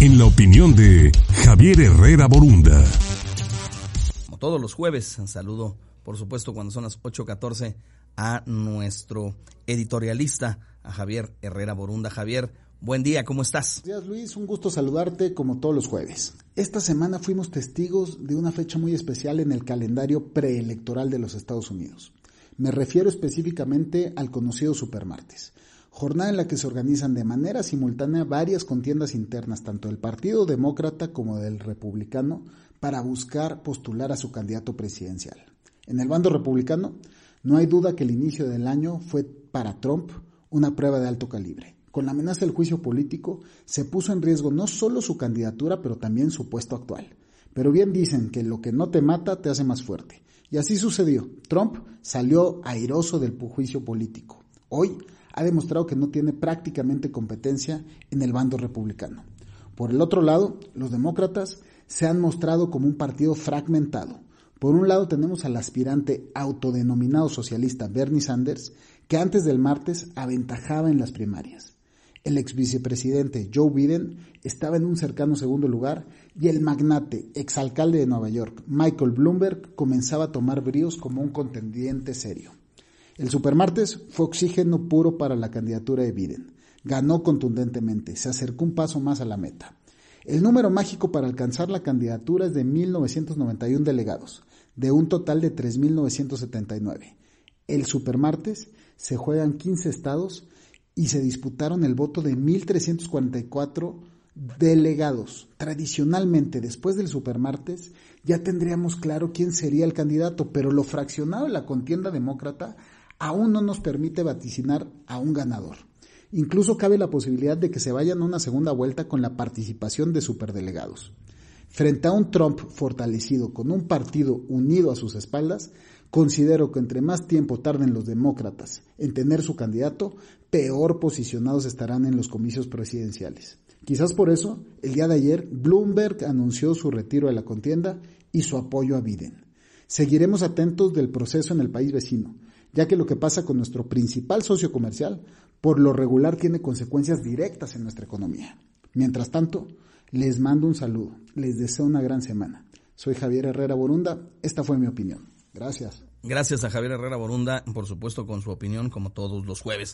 en la opinión de Javier Herrera Borunda. Como todos los jueves, saludo, por supuesto, cuando son las 8:14, a nuestro editorialista, a Javier Herrera Borunda. Javier, buen día, ¿cómo estás? Buenos días, Luis, un gusto saludarte como todos los jueves. Esta semana fuimos testigos de una fecha muy especial en el calendario preelectoral de los Estados Unidos. Me refiero específicamente al conocido Supermartes, jornada en la que se organizan de manera simultánea varias contiendas internas, tanto del Partido Demócrata como del Republicano, para buscar postular a su candidato presidencial. En el bando republicano, no hay duda que el inicio del año fue para Trump una prueba de alto calibre. Con la amenaza del juicio político, se puso en riesgo no solo su candidatura, pero también su puesto actual. Pero bien dicen que lo que no te mata te hace más fuerte. Y así sucedió. Trump salió airoso del juicio político. Hoy ha demostrado que no tiene prácticamente competencia en el bando republicano. Por el otro lado, los demócratas se han mostrado como un partido fragmentado. Por un lado tenemos al aspirante autodenominado socialista Bernie Sanders, que antes del martes aventajaba en las primarias. El ex vicepresidente Joe Biden estaba en un cercano segundo lugar y el magnate exalcalde de Nueva York, Michael Bloomberg, comenzaba a tomar bríos como un contendiente serio. El Supermartes fue oxígeno puro para la candidatura de Biden. Ganó contundentemente, se acercó un paso más a la meta. El número mágico para alcanzar la candidatura es de 1,991 delegados, de un total de 3,979. El Supermartes se juega en 15 estados y se disputaron el voto de 1,344 delegados. Tradicionalmente, después del Supermartes, ya tendríamos claro quién sería el candidato, pero lo fraccionado de la contienda demócrata aún no nos permite vaticinar a un ganador. Incluso cabe la posibilidad de que se vayan a una segunda vuelta con la participación de superdelegados. Frente a un Trump fortalecido con un partido unido a sus espaldas, considero que entre más tiempo tarden los demócratas en tener su candidato, peor posicionados estarán en los comicios presidenciales. Quizás por eso, el día de ayer, Bloomberg anunció su retiro de la contienda y su apoyo a Biden. Seguiremos atentos del proceso en el país vecino, ya que lo que pasa con nuestro principal socio comercial, por lo regular tiene consecuencias directas en nuestra economía. Mientras tanto, les mando un saludo, les deseo una gran semana. Soy Javier Herrera Borunda, esta fue mi opinión. Gracias. Gracias a Javier Herrera Borunda, por supuesto, con su opinión, como todos los jueves.